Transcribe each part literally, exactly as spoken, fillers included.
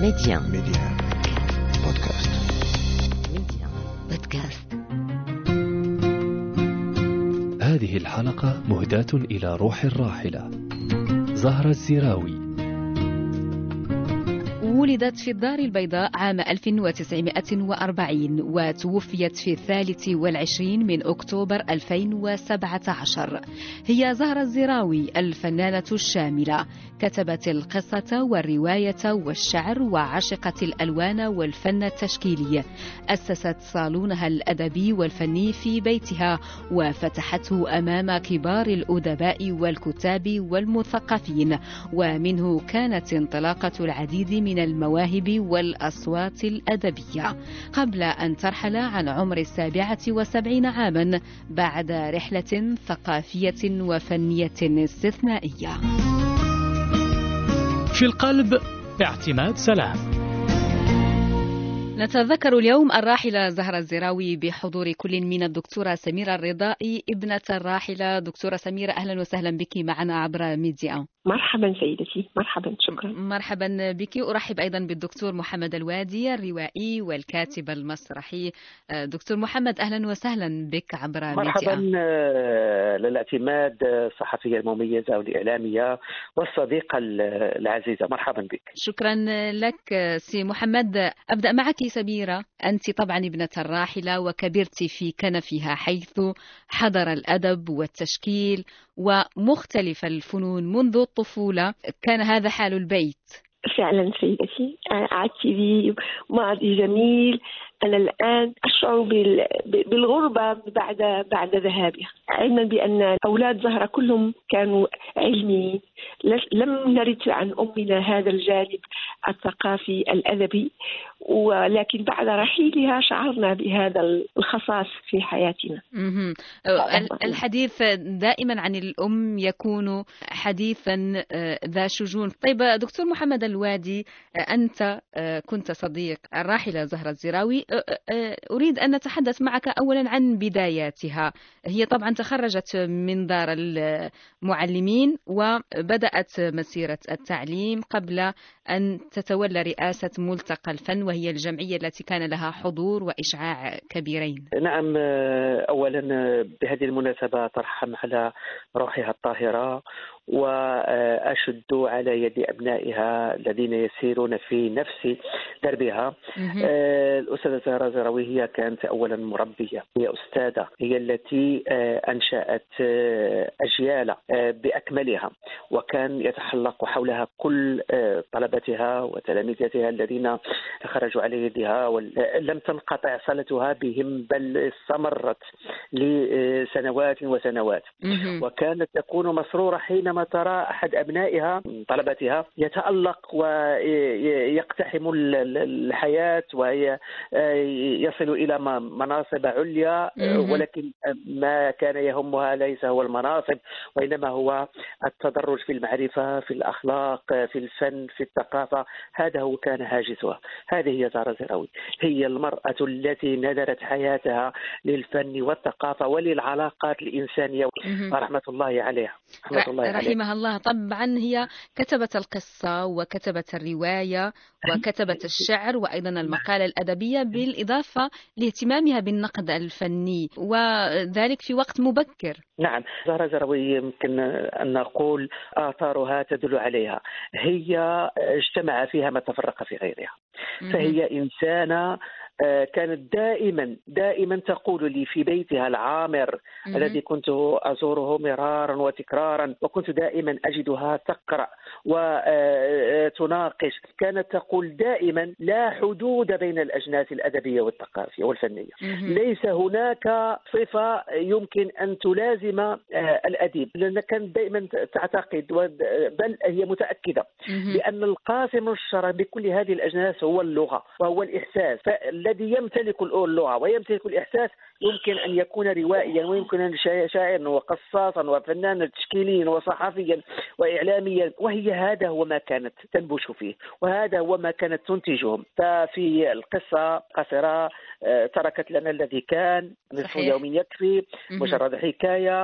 ميديان ميديان بودكاست. ميديان بودكاست. هذه الحلقة مهداة إلى روح الراحلة زهرة الزراوي. ولدت في الدار البيضاء عام ألف وتسعمائة وأربعين وتوفيت في الثالث والعشرين من أكتوبر ألفين وسبعة عشر. هي زهرة الزراوي الفنانة الشاملة، كتبت القصة والرواية والشعر وعشقت الألوان والفن التشكيلي. أسست صالونها الأدبي والفني في بيتها وفتحته أمام كبار الأدباء والكتاب والمثقفين، ومنه كانت انطلاقة العديد من المواهب والأصوات الأدبية قبل أن ترحل عن عمر السابعة وسبعين عاما بعد رحلة ثقافية وفنية استثنائية. في القلب اعتماد سلام. نتذكر اليوم الراحلة زهرة الزراوي بحضور كل من الدكتورة سميرة الرضائي ابنة الراحلة. دكتورة سميرة، أهلا وسهلا بك معنا عبر ميديا. مرحبا سيدتي، مرحبا، شكرا. مرحبا بك. أرحب أيضا بالدكتور محمد الوادي الروائي والكاتب المسرحي. دكتور محمد، أهلا وسهلا بك عبر ميديا. مرحبا للاعتماد، الصحفية المميزة والإعلامية والصديقة العزيزة، مرحبا بك. شكرا لك سي محمد. أبدأ معك سميرة. أنت طبعا ابنة الراحلة وكبرت في كنفها، حيث حضر الأدب والتشكيل ومختلف الفنون منذ الطفولة. كان هذا حال البيت. فعلا سيدتي، أعدت لي ماضي جميل. أنا الآن أشعر بالغربة بعد بعد ذهابها، علما بأن أولاد زهرة كلهم كانوا علميين. لم نرث عن أمنا هذا الجانب الثقافي الأدبي، ولكن بعد رحيلها شعرنا بهذا الخصاص في حياتنا. الحديث دائما عن الأم يكون حديثا ذا شجون. طيب دكتور محمد الوادي، أنت كنت صديق الراحلة زهرة الزراوي. أريد أن نتحدث معك أولا عن بداياتها. هي طبعا تخرجت من دار المعلمين وبدأت مسيرة التعليم قبل أن تتولى رئاسة ملتقى الفن، وهي الجمعية التي كان لها حضور وإشعاع كبيرين. نعم، أولا بهذه المناسبة ترحم على روحها الطاهرة، وأشد على يد أبنائها الذين يسيرون في نفس دربها. الأستاذة زهرة الزراوي هي كانت أولا مربية، هي أستاذة، هي التي أنشأت أجيال بأكملها، وكان يتحلق حولها كل طلبتها وتلاميذتها الذين خرجوا على يدها، ولم تنقطع صلتها بهم بل استمرت لسنوات وسنوات. وكانت تكون مسرورة حينما ترى أحد أبنائها طلبتها يتألق ويقتحم الحياة ويصل إلى مناصب عليا، ولكن ما كان يهمها ليس هو المناصب، وإنما هو التدرج في المعرفة، في الأخلاق، في الفن، في الثقافة. هذا هو كان هاجسها. هذه هي زهرة الزراوي، هي المرأة التي نذرت حياتها للفن والثقافة وللعلاقات الإنسانية، رحمة الله عليها، رحمة الله عليها. رحمها الله. طبعا هي كتبت القصة وكتبت الرواية وكتبت الشعر وأيضا المقالة الأدبية، بالإضافة لاهتمامها بالنقد الفني، وذلك في وقت مبكر. نعم، زهرة الزراوي يمكن أن نقول آثارها تدل عليها. هي اجتمع فيها ما تفرق في غيرها. فهي إنسانة كانت دائما دائما تقول لي في بيتها العامر الذي كنت أزوره مرارا وتكرارا، وكنت دائما أجدها تقرأ وتناقش. كانت تقول دائما لا حدود بين الأجناس الأدبية والثقافية والفنية. ليس هناك صفة يمكن أن تلازم الأديب، لأن كانت دائما تعتقد بل هي متأكدة بأن القاسم الشرف بكل هذه الأجناس هو اللغة وهو الإحساس. الذي يمتلك اللغة ويمتلك الإحساس يمكن أن يكون روائيا، ويمكن أن شاعرا وقصاصا وفنانا تشكيليا وصحفيا وإعلاميا، وهي هذا هو ما كانت تنبش فيه، وهذا هو ما كانت تنتجهم. ففي القصة قصيرة تركت لنا الذي كان، نصف يوم يكفي، مجرد حكاية،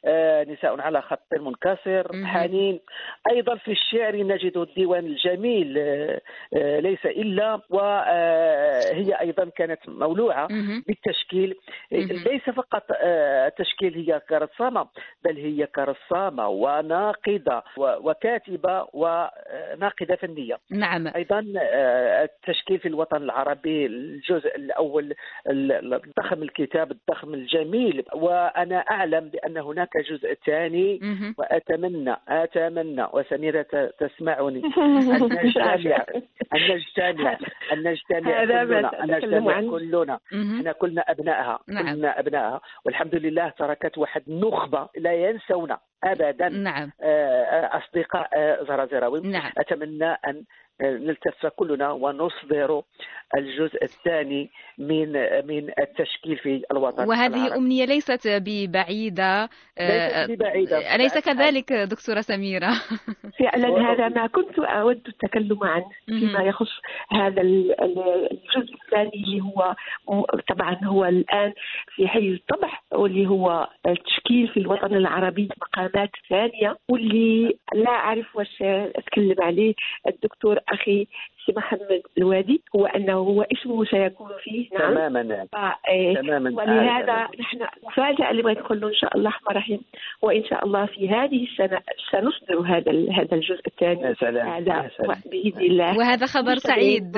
نساء على خط منكسر، حنين. أيضا في الشعر نجد الديوان الجميل ليس إلا، وهي أيضا كانت مولوعة بالتشكيل، ليس فقط التشكيل، هي كرسامة، بل هي كرسامة وناقدة وكاتبة وناقدة فنية. نعم. أيضا التشكيل في الوطن العربي، الجزء الأول الضخم، الكتاب الضخم الجميل، وأنا أعلم بأن هناك جزء ثاني، وأتمنى أتمنى وسميرة تسمعني أن نجتمع أن نجتمع أن نجتمع كلنا أن نجتمع كلنا احنا كلنا أبنائها، كلنا أبنائها، والحمد لله تركت واحد نخبة لا ينسون أبدا. نعم. أصدقاء زهرة زراوي. نعم. أتمنى أن نلتف كلنا ونصدر الجزء الثاني من من التشكيل في الوطن وهذه العربي. أمنية ليست ببعيدة. ليست ببعيدة. أليس كذلك دكتورة سميرة؟ فعلا هذا ما كنت أود التكلم عنه فيما يخص هذا الجزء الثاني، اللي هو طبعا هو الآن في حيز الطبع، واللي هو التشكيل في الوطن العربي مقامات ثانية، واللي لا أعرف واش أتكلم عليه الدكتور أخي سي محمد الوادي، هو أنه هو اسمه سيكون فيه. نعم تماما. إيه. تماما. ولهذا نحن مفاجأة اللي بغيت نقول له إن شاء الله الرحمن الرحيم، وإن شاء الله في هذه السنة سنصدر هذا هذا الجزء الثاني هذا بإذن الله. وهذا خبر سعيد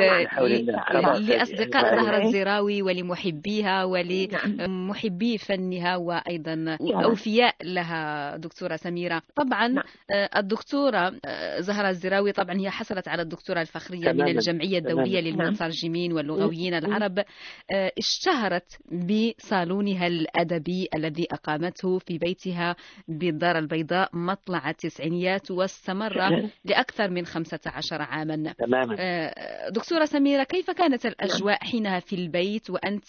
لأصدقاء زهرة الزراوي ولمحبيها ولمحبي فنها وأيضا أوفياء لها دكتورة سميرة. طبعا نعم. الدكتورة زهرة الزراوي طبعا هي حصلت على الدكتورة الفخرية من الجمعية الدولية للمترجمين واللغويين العرب. اشتهرت بصالونها الأدبي الذي أقامته في بيتها بالدار البيضاء مطلع التسعينيات، واستمر لأكثر من خمسة عشر عاما. تماما. دكتورة سميرة، كيف كانت الأجواء حينها في البيت وأنت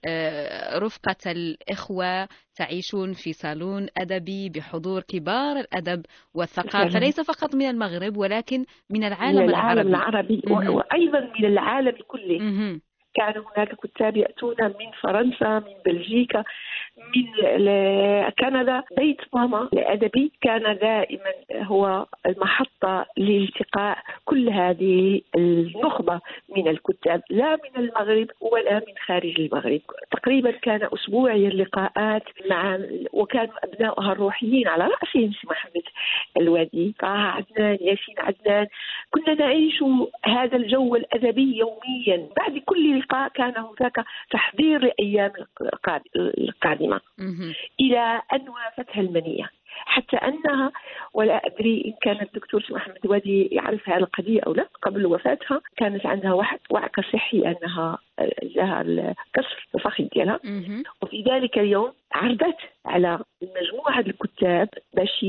رفقة الإخوة تعيشون في صالون أدبي بحضور كبار الأدب والثقافة، ليس فقط من المغرب ولكن من العالم, من العالم العربي, العربي وأيضا من العالم كله. مم. كان هناك كتاب يأتون من فرنسا، من بلجيكا، من كندا. بيت ماما الأدبي كان دائما هو المحطة لالتقاء كل هذه النخبة من الكتاب، لا من المغرب ولا من خارج المغرب. تقريبا كان أسبوعي اللقاءات مع، وكانوا أبنائها الروحيين على رأسهم سي محمد الوادي، طه عدنان، ياسين عدنان. كنا نعيش هذا الجو الأدبي يوميا. بعد كل لقاء كان هناك تحضير لأيام القادمة إلى أن وافتها المنية، حتى أنها، ولا أدري إن كان الدكتور محمد الوادي يعرف هذه القضية أو لا، قبل وفاتها كانت عندها واحد وعكة صحي أنها جاها الكسر الفخذ ديالها، وفي ذلك اليوم عرضت على مجموعة الكتاب باش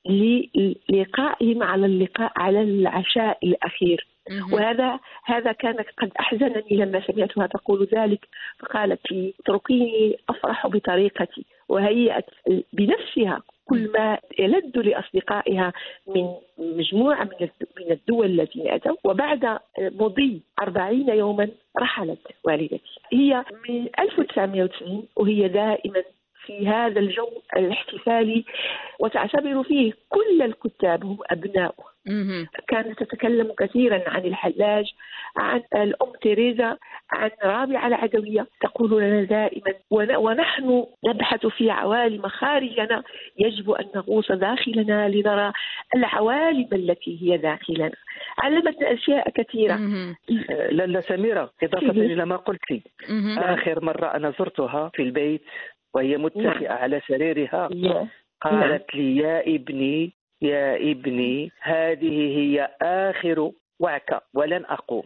للقائهم على اللقاء على العشاء الأخير. وهذا هذا كان قد أحزنني لما سمعتها تقول ذلك، فقالت لي اتركيني أفرح بطريقتي، وهيئت بنفسها كل ما يلد لأصدقائها من مجموعة من الدول التي أتوا. وبعد مضي أربعين يوما رحلت والدتي. هي من ألف وتسعمائة وتسعين وهي دائما في هذا الجو الاحتفالي، وتعتبر فيه كل الكتاب هم أبناؤه. كانت تتكلم كثيرا عن الحلاج، عن الأم تيريزا، عن رابعة العدوية. تقول لنا دائما ونحن نبحث في عوالم خارجنا، يجب أن نغوص داخلنا لنرى العوالم التي هي داخلنا. علمتنا أشياء كثيرة. لا سميرة، إضافة إلى ما قلت، آخر مرة أنا زرتها في البيت وهي متكئة على سريرها، قالت لي يا ابني يا ابني هذه هي آخر وعكة ولن أقوم.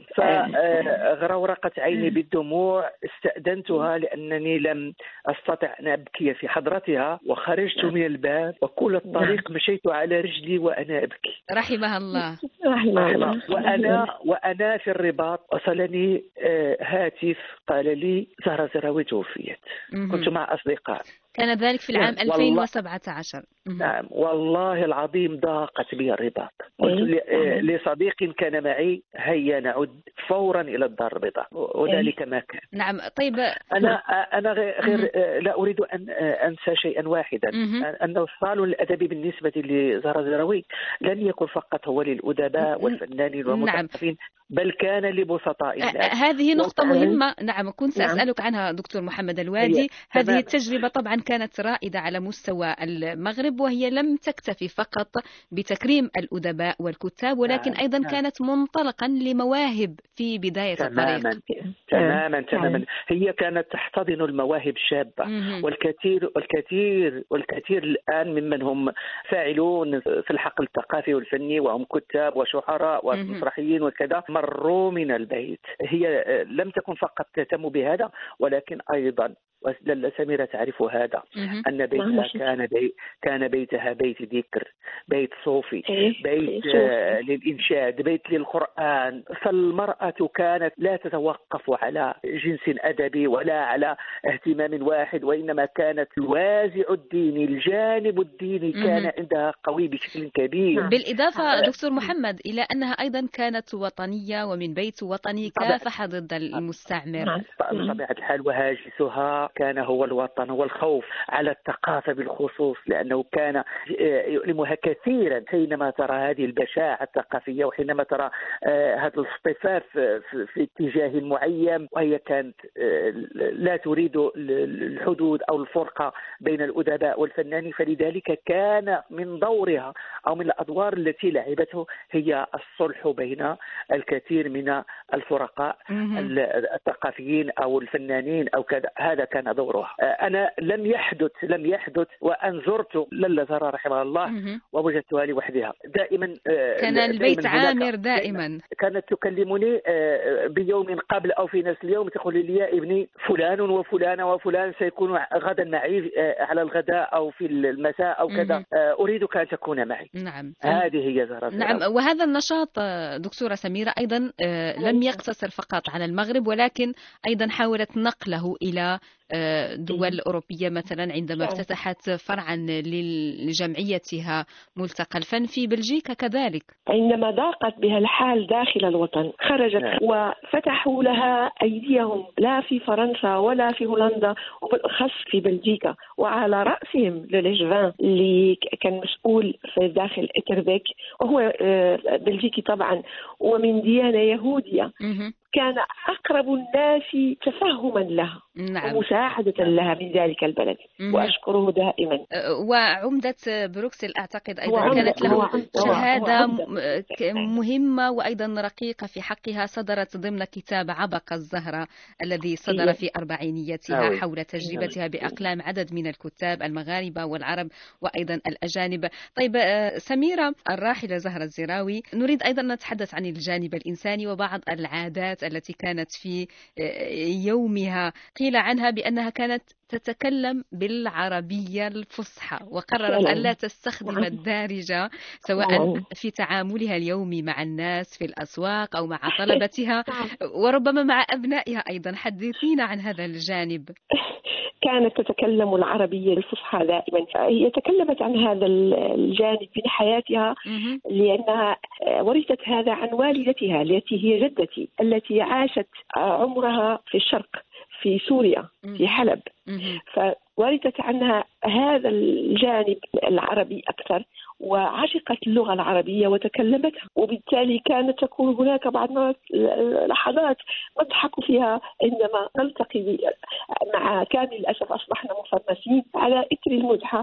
فغرورقت عيني بالدموع. استأذنتها لأنني لم أستطع أن أبكي في حضرتها، وخرجت من الباب وكل الطريق مشيت على رجلي وأنا أبكي. رحمها الله. رحمها الله. وأنا وأنا في الرباط وصلني هاتف قال لي زهرة زراوي توفيت. كنت مع أصدقاء. كان ذلك في العام ألفين وسبعة عشر. نعم والله العظيم ضاقت بي الرباط. قلت لصديق كان معي هيا نعود فورا إلى الدار البيضاء وذلك ما كان. نعم. طيب أنا أنا غير لا أريد أن أنسى شيئا واحدا، أن الصالون الأدبي بالنسبة لزهرة الزهراوي لن يكن فقط هو للأدباء والفنانين والمثقفين، بل كان لبسطاء الناس. هذه نقطة مهمة. نعم كنت سأسألك عنها دكتور محمد الوادي. هذه التجربة طبعا كانت رائدة على مستوى المغرب، وهي لم تكتفي فقط بتكريم الأدباء والكتاب، ولكن أيضا كانت منطلقا لمواهب في بداية الطريق. تماما تماما. هي كانت تحتضن المواهب الشابة، والكثير والكثير والكثير الآن ممن هم فاعلون في الحقل الثقافي والفني وهم كتاب وشعراء ومسرحيين وكذا مروا من البيت. هي لم تكن فقط تهتم بهذا، ولكن أيضا ولعل سميرة تعرف هذا أن بيتها كان بي كان بيتها بيت ذكر، بيت صوفي، بيت آه للإنشاد، بيت للقرآن. فالمرأة كانت لا تتوقف على جنس أدبي ولا على اهتمام واحد، وإنما كانت الوازع الديني، الجانب الديني كان عندها قوي بشكل كبير. بالإضافة دكتور محمد إلى أنها أيضا كانت وطنية ومن بيت وطني كافح ضد المستعمر بطبيعة الحال، وهاجسها كان هو الوطن، هو الخوف على الثقافة بالخصوص، لأنه كان يؤلمها كثيرا حينما ترى هذه البشاعة الثقافية وحينما ترى هذا الاصطفاف في اتجاه معين، وهي كانت لا تريد الحدود أو الفرقة بين الأدباء والفنانين. فلذلك كان من دورها أو من الأدوار التي لعبته هي الصلح بين الكثير من الفرقاء الثقافيين أو الفنانين أو كذا. هذا كان دورها. أنا لم يحدث لم يحدث وأن زرت لاله زهراء رحمها الله ووجدتها لوحدها. دائما كان البيت عامر دائما. كانت تكلمني بيوم قبل أو في نفس اليوم تقول لي يا ابني فلان وفلانة وفلان سيكون غدا معي على الغداء أو في المساء أو كذا، أريدك أن تكون معي. نعم. هذه هي زهراء. نعم. وهذا النشاط دكتورة سميرة أيضا لم يقتصر فقط على المغرب، ولكن أيضا حاولت نقله إلى دول أوروبية، مثلا عندما افتتحت فرعا لجمعيتها ملتقى الفن في بلجيكا كذلك. عندما ضاقت بها الحال داخل الوطن خرجت وفتحوا لها أيديهم، لا في فرنسا ولا في هولندا وبالأخص في بلجيكا، وعلى رأسهم لوليجفان اللي كان مسؤول في داخل إتربيك، وهو بلجيكي طبعا ومن ديانة يهودية. كان أقرب الناس تفهما لها نعم. ومساعدة لها من ذلك البلد، وأشكره دائما. وعمدة بروكسل أعتقد أيضا كانت له شهادة مهمة وأيضا رقيقة في حقها، صدرت ضمن كتاب عبق الزهرة الذي صدر في أربعينيتها حول تجربتها بأقلام عدد من الكتاب المغاربة والعرب وأيضا الأجانب. طيب سميرة، الراحلة زهرة الزراوي، نريد أيضا أن نتحدث عن الجانب الإنساني وبعض العادات التي كانت في يومها. قيل عنها بأنها كانت تتكلم بالعربية الفصحى، وقررت أن لا تستخدم الدارجة سواء في تعاملها اليومي مع الناس في الأسواق أو مع طلبتها وربما مع أبنائها أيضا. حدثينا عن هذا الجانب. كانت تتكلم العربية الفصحى دائما. هي تكلمت عن هذا الجانب في حياتها لأنها ورثت هذا عن والدتها التي هي جدتي، التي عاشت عمرها في الشرق في سوريا في حلب، فورثت عنها هذا الجانب العربي أكثر، وعشقت اللغة العربية وتكلمتها، وبالتالي كانت تكون هناك بعض لحظات نضحك فيها عندما نلتقي مع كامل الأسف أصبحنا مفرسين على إثر المزحة.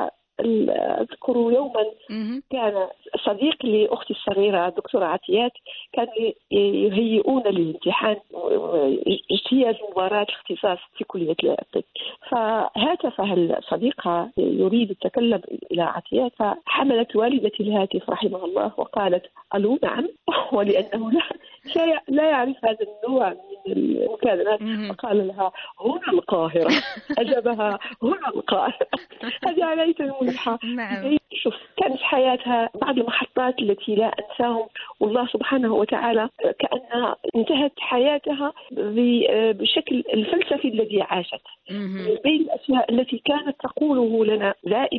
أذكر يوما كان صديق لأختي الصغيرة الدكتورة عطيات كانوا يهيئون للامتحان اجتياز مباراة الاختصاص في كلية الطب، فهاتفها الصديقة يريد التكلم إلى عطيات، فحملت والدتي الهاتف رحمها الله وقالت ألو نعم، ولأنه لا لا يعرف هذا النوع من المكالمات، فقال لها هنا القاهرة. أجابها هنا القاهرة. هذه عليها المزحة. نعم. شوف كانت حياتها بعض المحطات التي لا أنساهم، والله سبحانه وتعالى كأنها انتهت حياتها بشكل الفلسفي الذي عاشت. بين الأشياء التي كانت تقوله لنا دائما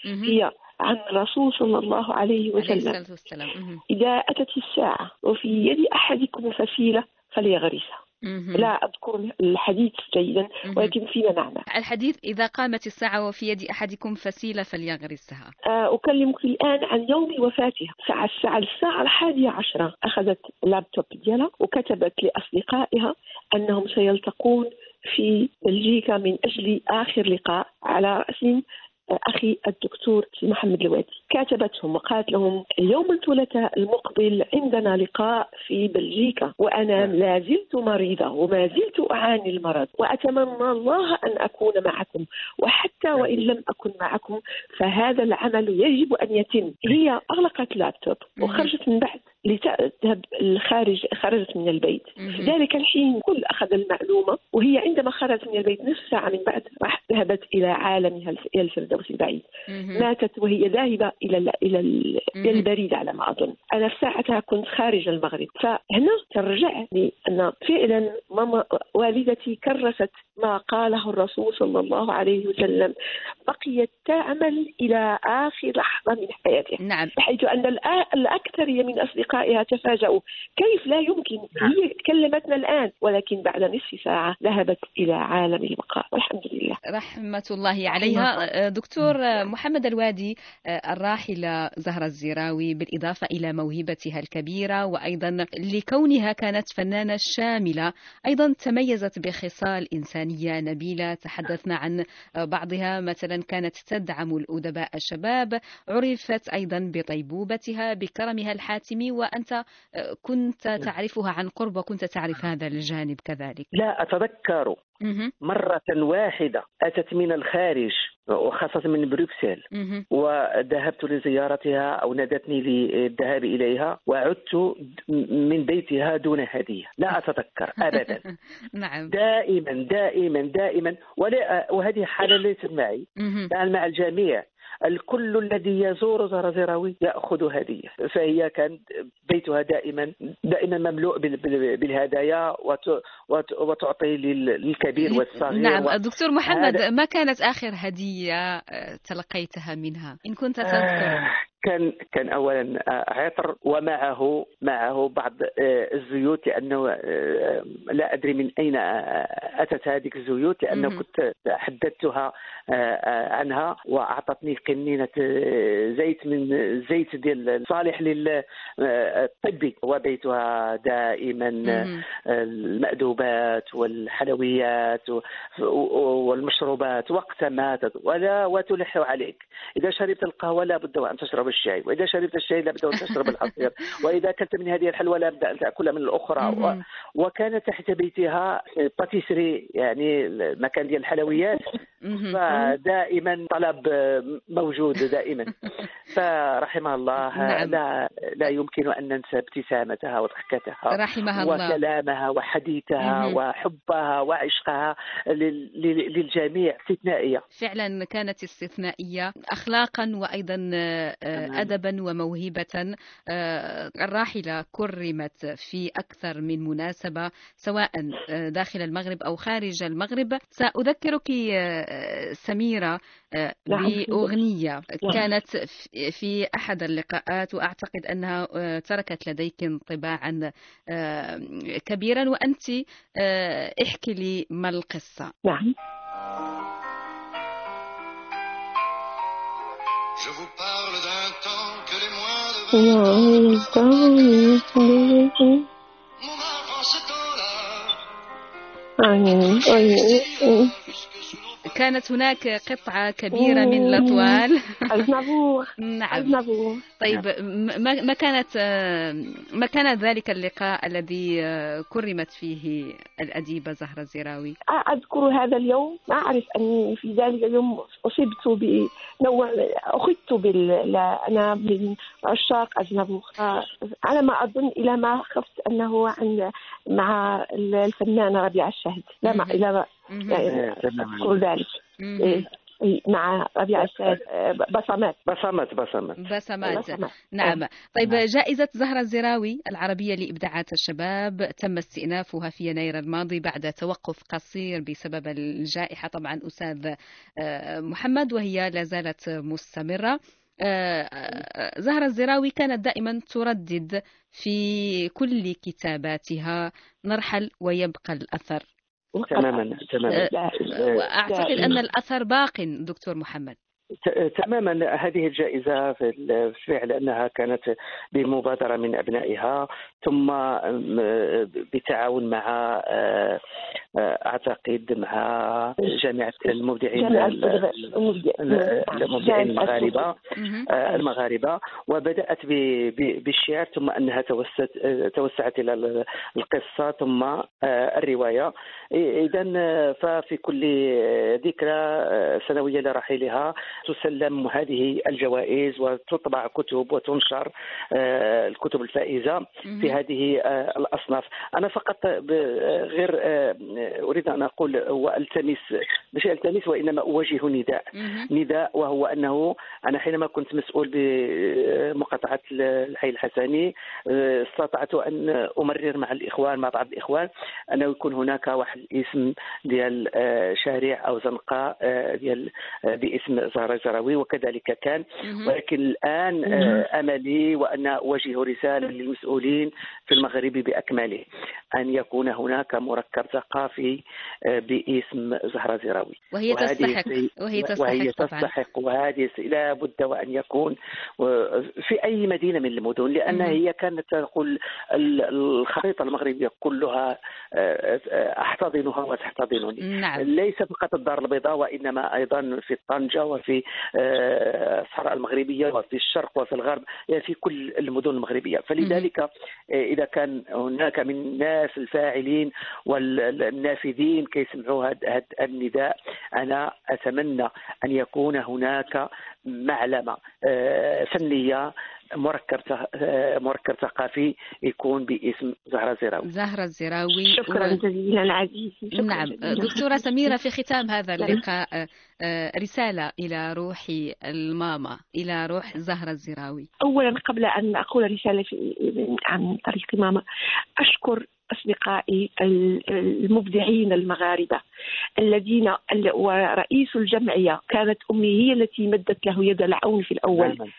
هي عن الرسول صلى الله عليه وسلم. عليه الصلاة والسلام. إذا أتت الساعة وفي يد أحدكم فسيلة فليغرسها. لا أذكر الحديث جيدا ولكن فيما معنى الحديث إذا قامت الساعة وفي يد أحدكم فسيلة فليغرسها. أكلمك الآن عن يوم وفاتها. الساعة الساعة الساعة الحادية عشرة أخذت اللابتوب ديالها وكتبت لأصدقائها أنهم سيلتقون في بلجيكا من أجل آخر لقاء على رأس أخي الدكتور محمد الوادي. كاتبتهم وقالت لهم اليوم الثلاثاء المقبل عندنا لقاء في بلجيكا وأنا لا زلت مريضة وما زلت أعاني المرض وأتمنى الله أن أكون معكم وحتى وإن لم أكن معكم فهذا العمل يجب أن يتم. هي أغلقت اللابتوب وخرجت من بعد لتذهب الخارج خرجت من البيت. في ذلك الحين كل أخذ المعلومة وهي عندما خرجت من البيت نصف ساعة من بعد راح ذهبت إلى عالمها إلى الفردوس البعيد. ماتت وهي ذاهبة إلى ال إلى ال إلى البريد على ما أظن. أنا في ساعتها كنت خارج المغرب. فهنا ترجع لي أن فعلا ماما والدتي كرست ما قاله الرسول صلى الله عليه وسلم بقيت تعمل إلى آخر لحظة من حياتها. نعم. بحيث أن الأكثرية من أصدقائها تفاجؤوا كيف لا يمكن. هي كلمتنا الآن ولكن بعد نصف ساعة ذهبت إلى عالم البقاء والحمد لله رحمة الله عليها. دكتور محمد الوادي، الراحلة زهرة الزراوي بالإضافة إلى موهبتها الكبيرة وأيضا لكونها كانت فنانة شاملة أيضا تميزت بخصال إنسانية نبيلة تحدثنا عن بعضها. مثلا كانت تدعم الأدباء الشباب، عرفت أيضا بطيبوبتها بكرمها الحاتمي وأنت كنت تعرفها عن قرب وكنت تعرف هذا الجانب كذلك. لا أتذكر مرة واحدة أتت من الخارج وخاصة من بروكسل وذهبت لزيارتها أو نادتني للذهاب إليها وعدت من بيتها دون هدية. لا أتذكر أبدا. نعم. دائما دائما دائما ولا وهذه حالة ليست معي الآن مع الجميع. الكل الذي يزور زهرة الزراوي يأخذ هدية. فهي كان بيتها دائما دائما مملوء بالهدايا وتعطي للكبير والصغير. نعم. دكتور محمد، ما كانت آخر هدية تلقيتها منها إن كنت تذكر؟ كان كان اولا عطر ومعه معه بعض الزيوت لانه لا ادري من اين اتت هذه الزيوت لانه كنت حدثتها عنها واعطتني قنينه زيت من زيت ديال صالح للطبي. وبيتها دائما المأدوبات والحلويات والمشروبات وقت ماتت ولا وتلح عليك. اذا شربت القهوه لا بد ان تشرب الشاي وإذا شربت الشاي لابد أن تشرب العصير وإذا أكلت من هذه الحلوى لابد أن تأكل من الأخرى. و... وكان تحت بيتها باتيسري يعني مكان ديال الحلويات فدائما طلب موجود دائما. فرحمها الله. نعم. لا لا يمكن أن ننسى ابتسامتها وضحكتها رحمها الله وكلامها وحديثها وحبها وعشقها للجميع استثنائية. فعلا كانت استثنائية أخلاقا وأيضا أدبا وموهبة. الراحلة كرمت في أكثر من مناسبة سواء داخل المغرب أو خارج المغرب. سأذكرك سميرة بأغنية كانت في أحد اللقاءات وأعتقد أنها تركت لديك انطباعا كبيرا وأنت احكي لي ما القصة. نعم. Je vous parle d'un temps que les moins de mon enfance ce temps-là. كانت هناك قطعة كبيرة من الأطوال. أزنبور. نعم. أزنبور. طيب ما ما كانت ما كان ذلك اللقاء الذي كرمت فيه الأديبة زهرة الزراوي؟ أذكر هذا اليوم. ما أعرف أني في ذلك اليوم أصبت بنوع أخذت بال أنا من عشاق أزنبور على ما أظن إلى ما خفت أنه عن مع الفنانة ربيعة الشهد. لا ما إلى يعني أذكر ذلك. مع ربيع الساد بصمات بصمات بصمات بسمات. بصمات. نعم. طيب، نعم. جائزة زهرة الزراوي العربية لإبداعات الشباب تم استئنافها في يناير الماضي بعد توقف قصير بسبب الجائحة طبعا أستاذ آه، محمد، وهي لا زالت مستمرة. آه، آه، زهرة الزراوي كانت دائما تردد في كل كتاباتها: نرحل ويبقى الأثر. تماما تماما. آه، وأعتقد أن الأثر باق دكتور محمد. ت- تماما. هذه الجائزة في الفعل أنها كانت بمبادرة من أبنائها، ثم م- بالتعاون مع آه، آه، أعتقد مع جامعة المبدعين جامعة ال- المبدع. ال- المبدعين المغاربة مهم. آه، المغاربة وبدأت ب- ب- بالشعر، ثم أنها توسعت توسعت إلى ال- القصة ثم آه، الرواية. إذا ففي كل ذكرى آه، سنوية لرحيلها تسلم هذه الجوائز وتطبع كتب وتنشر آه، الكتب الفائزة في هذه آه، الأصناف. أنا فقط ب- غير آه، أريد أن أقول والتمس، مش التمس وإنما أوجه نداء مهم. نداء وهو أنه أنا حينما كنت مسؤول بمقاطعة الحي الحسني آه، استطعت أن أمرر مع الإخوان مع بعض الإخوان أنه يكون هناك واحد الاسم ديال آه، شارع أو زنقة آه، ديال آه، باسم زهرة الزراوي، وكذلك كان. مهم. ولكن الآن آه، أملي وأن أوجه رسالة للمسؤولين في المغرب بأكمله أن يكون هناك مركب ثقافي آه، باسم زهرة الزراوي. وهي وهذه تستحق السي- وهي وهي تستحق طبعا. تستحق وهذه لا بد وأن يكون آه، في أي مدينة من المدن، لأن مم. هي كانت تقول ال- الخريطة المغربية كلها آه، آه، أحتضنها وتحتضنني. نعم. ليس فقط الدار البيضاء وإنما أيضا في طنجة وفي آه، الصحراء المغربية وفي الشرق وفي الغرب، يعني في كل المدن المغربية. فلذلك آه، إذا كان هناك من الناس الفاعلين والنافذين كيسمعوا هذا النداء، أنا أتمنى أن يكون هناك معلمة آه، فنية مركب ث- آه، مركب ثقافي يكون باسم زهرة الزراوي. زهرة الزراوي. شكرا و... جزيلا عزيزي. شكرا نعم. جزيلا. دكتورة سميرة، في ختام هذا اللقاء آه، آه، رسالة إلى روح الماما، إلى روح زهرة الزراوي. أولا قبل أن أقول رسالة في- عن طريق ماما، أشكر أصدقائي المبدعين المغاربة الذين ورئيس الجمعية كانت أمي هي التي مدت له يد العون في الأول، تماماً.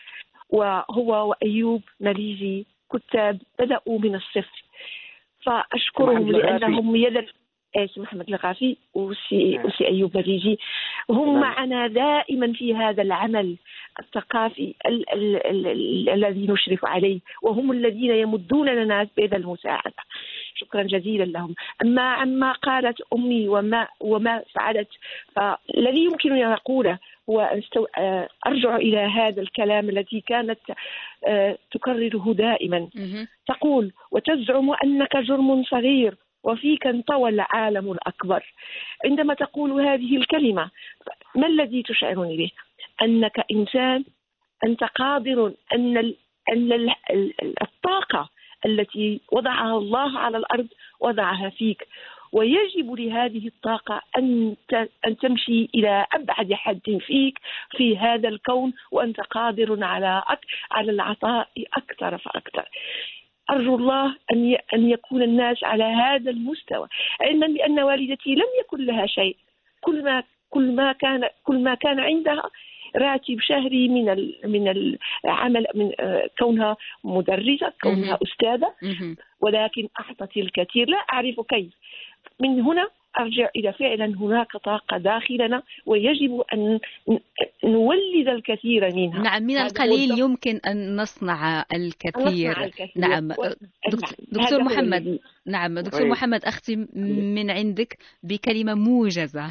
وهو وأيوب مليجي كتاب بدأوا من الصفر، فأشكرهم محمد الغافي. لأنهم يد ايش محمد الغافي وسي, نعم. وسي أيوب مليجي هم نعم. معنا دائما في هذا العمل الثقافي ال- ال- ال- ال- الذي نشرف عليه، وهم الذين يمدون لنا بيد المساعدة. شكرا جزيلا لهم. أما عما قالت أمي وما وما فعلت، فالذي يمكنني أن أقوله هو أن استو... آه، أرجع إلى هذا الكلام الذي كانت آه، تكرره دائما. مهم. تقول: وتزعم أنك جرم صغير وفيك انطوى العالم الأكبر. عندما تقول هذه الكلمة، ما الذي تشعرني به؟ أنك إنسان، أنت قادر، أن ال... أن ال... ال- الطاقة التي وضعها الله على الأرض وضعها فيك، ويجب لهذه الطاقة أن ت- أن تمشي إلى أبعد حد فيك في هذا الكون، وأنت قادر على أك... على العطاء أكثر فأكثر. أرجو الله أن ي... أن يكون الناس على هذا المستوى، علما بأن والدتي لم يكن لها شيء، كل ما كل ما كان كل ما كان عندها راتب شهري من ال... من العمل، من آه، كونها مدرسة، كونها مهم. أستاذة، مهم. ولكن أعطت الكثير، لا أعرف كيف. من هنا أرجع إلى فعلا هناك طاقة داخلنا ويجب أن ن- نولد الكثير منها. نعم، من هذا هو القليل الدور. يمكن أن نصنع الكثير. نصنع الكثير. نعم. و- دكتور, نعم. دكتور هذا هو محمد الذي- نعم دكتور طيب. محمد، أختم من عندك بكلمة موجزة.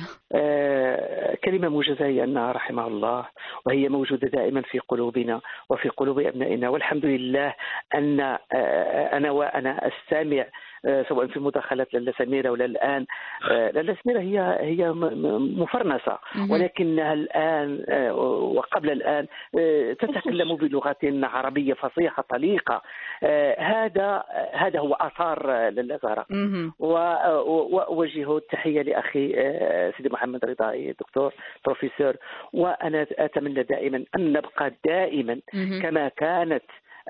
آه، كلمة موجزة هي أنها رحمه الله، وهي موجودة دائما في قلوبنا وفي قلوب أبنائنا، والحمد لله أن آه، أنا وأنا أستمع سواء في مداخلات لاله سميره ولا الان. لاله سميره هي هي مفرنسه، ولكنها الان وقبل الان تتكلم بلغه عربيه فصيحه طليقه. هذا هذا هو اثار لاله زهراء. واوجه التحيه لاخي سيدي محمد رضائي الدكتور بروفيسور، وانا اتمنى دائما ان نبقى دائما كما كانت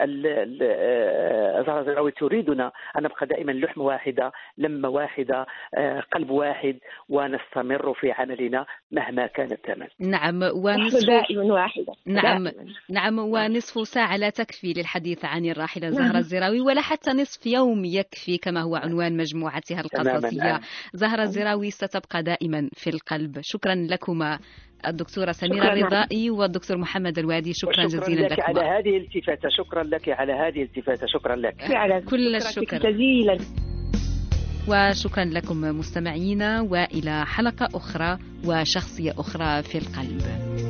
زهرة الزهراوي تريدنا أن نبقى دائما لحمة واحدة، لمة واحدة، قلب واحد، ونستمر في عملنا مهما كان الثمن. نعم، ونصف دائما واحدة. نعم دائما. نعم ونصف ساعة لا تكفي للحديث عن الراحلة زهرة الزهراوي، ولا حتى نصف يوم يكفي كما هو عنوان مجموعتها القصصية. زهرة الزهراوي ستبقى دائما في القلب. شكرا لكما الدكتورة سميرة الرضائي والدكتور محمد الوادي، شكرا, شكرا جزيلا لك على هذه الالتفاتة. شكرا لك على هذه الالتفاتة. شكرا لك على كل الشكر جزيلا. وشكرا لكم مستمعينا، وإلى حلقة أخرى وشخصية أخرى في القلب.